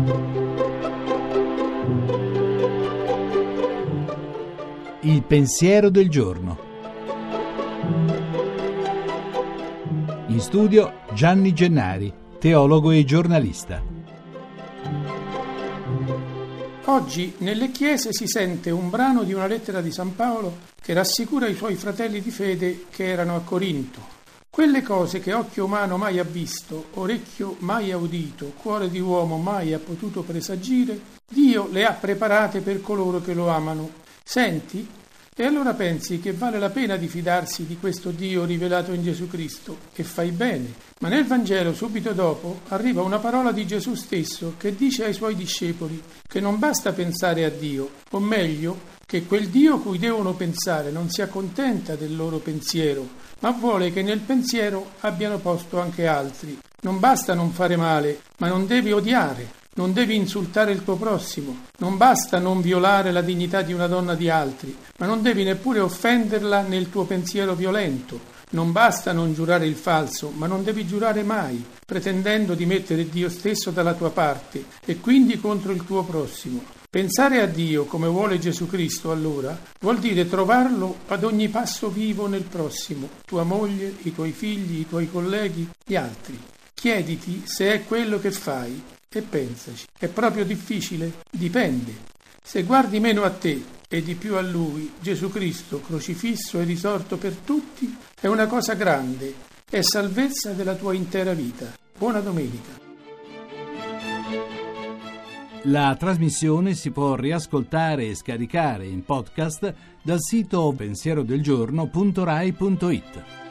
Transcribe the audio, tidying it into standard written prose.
Il pensiero del giorno. In studio Gianni Gennari, teologo e giornalista. Oggi nelle chiese si sente un brano di una lettera di San Paolo che rassicura i suoi fratelli di fede che erano a Corinto. Quelle cose che occhio umano mai ha visto, orecchio mai ha udito, cuore di uomo mai ha potuto presagire, Dio le ha preparate per coloro che lo amano. Senti? E allora pensi che vale la pena di fidarsi di questo Dio rivelato in Gesù Cristo, e fai bene. Ma nel Vangelo, subito dopo, arriva una parola di Gesù stesso che dice ai suoi discepoli che non basta pensare a Dio, o meglio, che quel Dio cui devono pensare non si accontenta del loro pensiero, ma vuole che nel pensiero abbiano posto anche altri. Non basta non fare male, ma non devi odiare. Non devi insultare il tuo prossimo, non basta non violare la dignità di una donna di altri, ma non devi neppure offenderla nel tuo pensiero violento. Non basta non giurare il falso, ma non devi giurare mai, pretendendo di mettere Dio stesso dalla tua parte e quindi contro il tuo prossimo. Pensare a Dio come vuole Gesù Cristo, allora, vuol dire trovarlo ad ogni passo vivo nel prossimo, tua moglie, i tuoi figli, i tuoi colleghi, gli altri. Chiediti se è quello che fai. E pensaci, è proprio difficile? Dipende. Se guardi meno a te e di più a Lui, Gesù Cristo, crocifisso e risorto per tutti, è una cosa grande, è salvezza della tua intera vita. Buona domenica. La trasmissione si può riascoltare e scaricare in podcast dal sito pensierodelgiorno.rai.it.